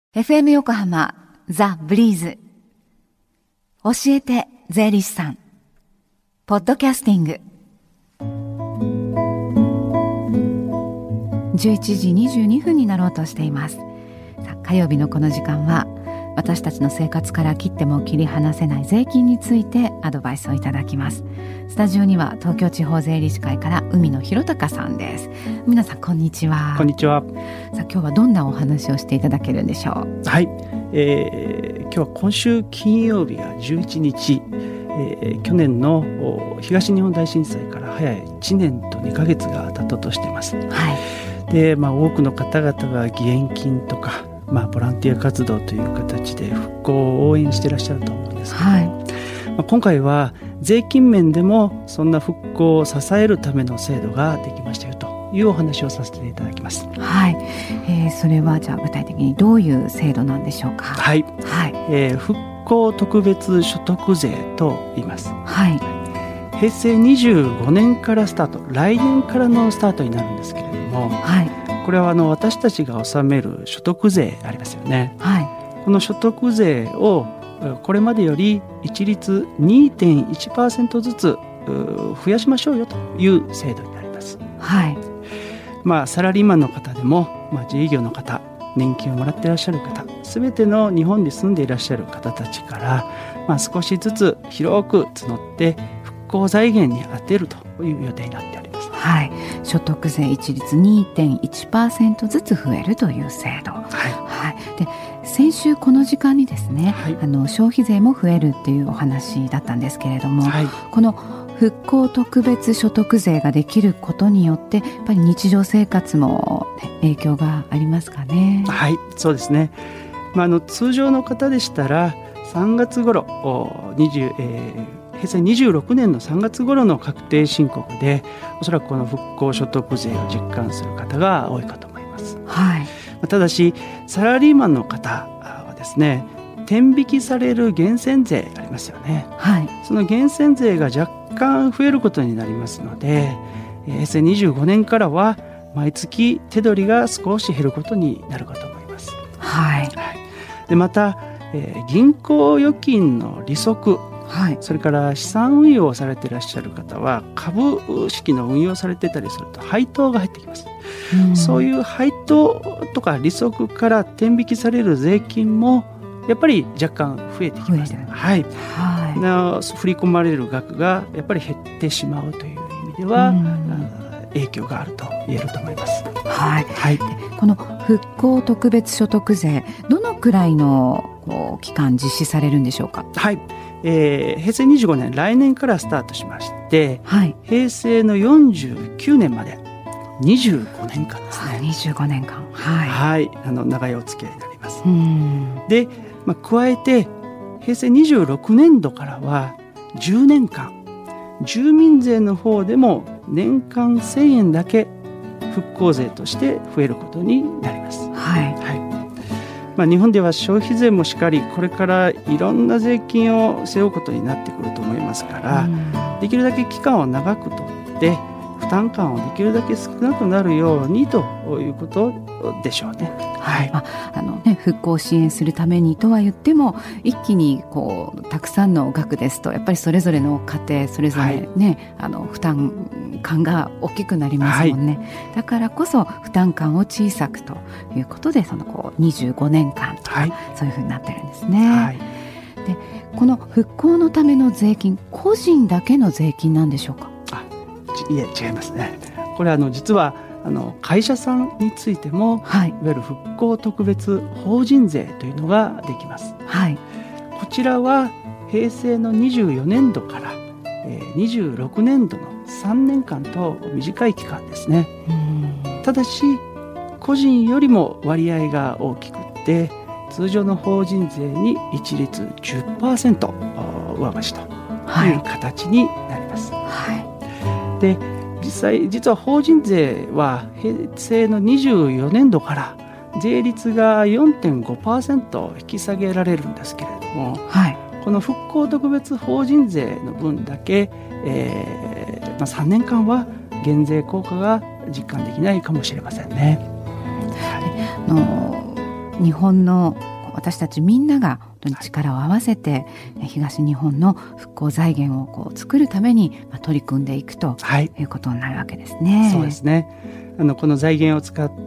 FM 横浜ザ・ブリーズ教えて税理士さんポッドキャスティング11時22分になろうとしています。さあ、火曜日のこの時間は私たちの生活から切っても切り離せない税金についてアドバイスをいただきます。スタジオには東京地方税理士会から海野博隆さんです。海野さん、こんにちは。 こんにちは。 さあ、今日はどんなお話をしていただけるんでしょう。 はい、今日は今週金曜日が11日、去年の東日本大震災から早い1年と2ヶ月が経とうとしています。 はい。 で、多くの方々が義援金とか、ボランティア活動という形で復興を応援していらっしゃると思うんですけど、はい、今回は税金面でもそんな復興を支えるための制度ができましたよというお話をさせていただきます。 はい。それはじゃあ具体的にどういう制度なんでしょうか。 はい、はい。復興特別所得税と言います。 はい。 平成25年からスタート、来年からのスタートになるんですけれども、はい、これは私たちが納める所得税ありますよね。はい。この所得税をこれまでより一律 2.1% ずつ増やしましょうよという制度になります。はい。サラリーマンの方でも、自営業の方、年金をもらっていらっしゃる方、すべての日本に住んでいらっしゃる方たちから、少しずつ広く募って復興財源に充てるという予定になっております。 はい。所得税一律 2.1% ずつ増えるという制度。はい。はい。で、先週この時間にですね、はい、消費税も増えるっていうお話だったんですけれども、はい、この復興特別所得税ができることによってやっぱり日常生活も影響がありますかね。 はい、そうですね。通常の方でしたら3月頃平成26年の3月頃の確定申告でおそらくこの復興所得税を実感する方が多いかと思います。はい。ただしサラリーマンの方はですね、天引きされる源泉税ありますよね。はい。その源泉税が若干増えることになりますので、平成25年からは毎月手取りが少し減ることになるかと思います。はい。はい。で、また、銀行預金の利息、はい、それから資産運用をされていらっしゃる方は株式の運用されてたりすると配当が入ってきます。そういう配当とか利息から天引きされる税金もやっぱり若干増えてきます。はい。はい。振り込まれる額がやっぱり減ってしまうという意味では影響があると言えると思います。 はい。はい。この復興特別所得税、どのくらいの期間実施されるんでしょうか。 はい。平成25年来年からスタートしまして、はい、平成の49年まで25年間ですね。 25年間。はい。 はい。長いお付き合いになります。で、加えて平成26年度からは10年間住民税の方でも年間1000円だけ復興税として増えることになります。はい。はい。日本では消費税もしっかりこれからいろんな税金を背負うことになってくると思いますから、できるだけ期間を長くとって負担感をできるだけ少なくなるようにということでしょうね。 はい。復興を支援するためにとは言っても一気にたくさんの額ですとやっぱりそれぞれの家庭それぞれね、はい、負担感が大きくなりますもんね。はい、だからこそ負担感を小さくということで25年間とか、はい、そういうふうになってるんですね。はい、で、この復興のための税金、個人だけの税金なんでしょうか。 いえ、違いますね。これ実は会社さんについても、はい、いわゆる復興特別法人税というのができます。はい、こちらは平成の24年度から、26年度の3年間と短い期間ですね。ただし個人よりも割合が大きくって通常の法人税に一律 10% 上増しという形になります。はい。で、実は法人税は平成の24年度から税率が 4.5% 引き下げられるんですけれども、はい、この復興特別法人税の分だけ、3年間は減税効果が実感できないかもしれませんね。 日本の私たちみんなが本当に力を合わせて、東日本の復興財源を作るために取り組んでいくということになるわけですね。 そうですね。この財源を使って、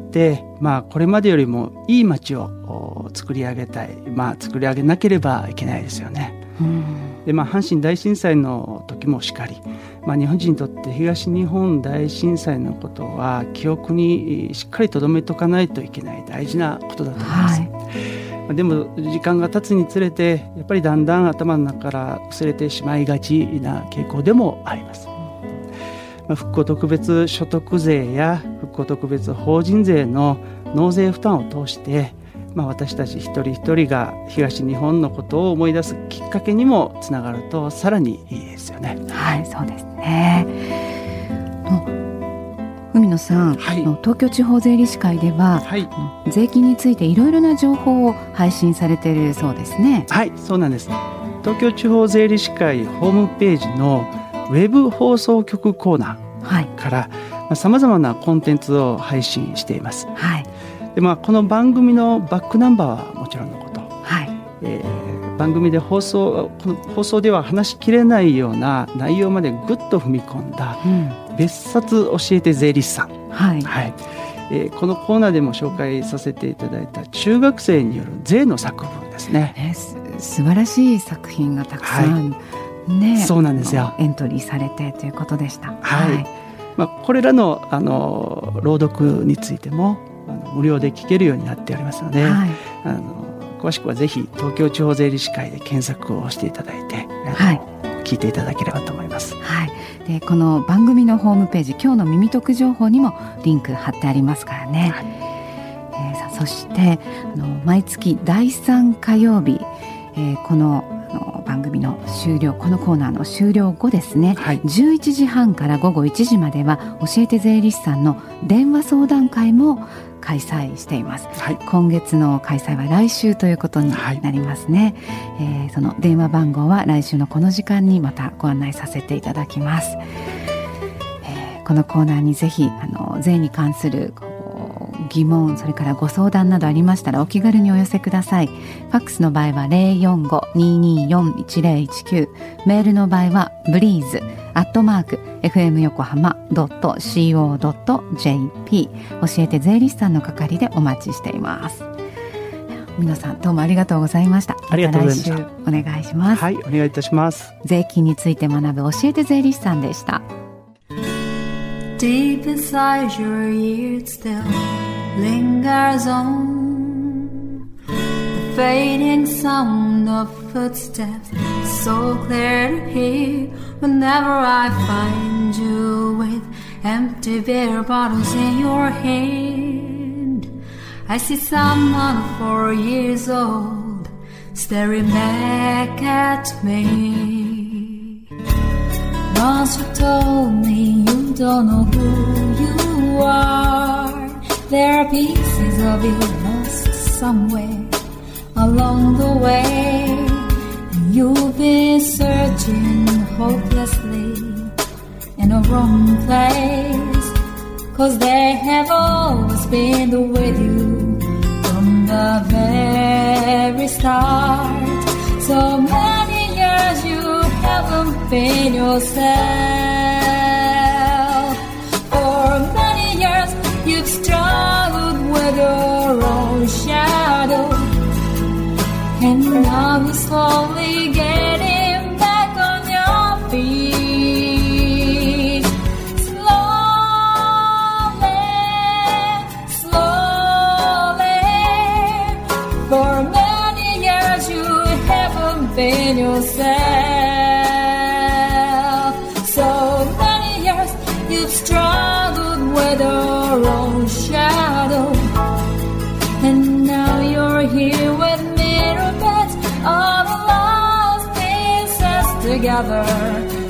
これまでよりもいい街を作り上げたい、作り上げなければいけないですよね。で阪神大震災の時もしかり、日本人にとって東日本大震災のことは記憶にしっかり留めとかないといけない大事なことだと思います。でも時間が経つにつれてやっぱりだんだん頭の中から薄れてしまいがちな傾向でもあります。復興特別所得税や復興特別法人税の納税負担を通して、私たち一人一人が東日本のことを思い出すきっかけにもつながるとさらにいいですよね。 はい、そうですね。海野さん、東京地方税理士会では、税金についていろいろな情報を配信されているそうですね。 はい、そうなんです。東京地方税理士会ホームページのウェブ放送局コーナーからさまざまなコンテンツを配信しています。でこの番組のバックナンバーはもちろんのこと、番組で放送では話しきれないような内容までぐっと踏み込んだ、別冊教えて税理士さん、このコーナーでも紹介させていただいた中学生による税の作文ですね。 素晴らしい作品がたくさん、 そうなんですよ。 エントリーされてということでした。 これらの、朗読についても無料で聞けるようになっておりますので、詳しくはぜひ東京地方税理士会で検索をしていただいて、聞いていただければと思います。 でこの番組のホームページ、今日の耳得情報にもリンク貼ってありますからね。そして毎月第3火曜日、この番組の終了、このコーナーの終了後ですね、11時半から午後1時までは教えて税理士さんの電話相談会も開催しています。今月の開催は来週ということになりますね。その電話番号は来週のこの時間にまたご案内させていただきます。このコーナーにぜひ税に関する疑問、それからご相談などありましたらお気軽にお寄せください。ファックスの場合は 045-224-1019、メールの場合は breeze@fmyokohama.co.jp、 教えて税理士さんの係でお待ちしています。皆さんどうもありがとうございました。 ありがとうございました。 また来週お願いします。 お願いいたします。 税金について学ぶ教えて税理士さんでした。 Deep inside your ears still lingers on the fading sound of footsteps, so clear to hear whenever I find you with empty beer bottles in your hand. I see someone 4 years old staring back at me.Once you told me you don't know who you are. There are pieces of you lost somewhere along the way. And you've been searching hopelessly in a wrong place. 'Cause they have always been with you from the very start. So many years you haven't been yourself. For many years you've struggled with your own shadow, and now you're slowly getting back on your feet. Slowly, slowly. For many years you haven't been yourself.So many years you've struggled with your own shadow, and now you're here with mirror beds, all the lost pieces together.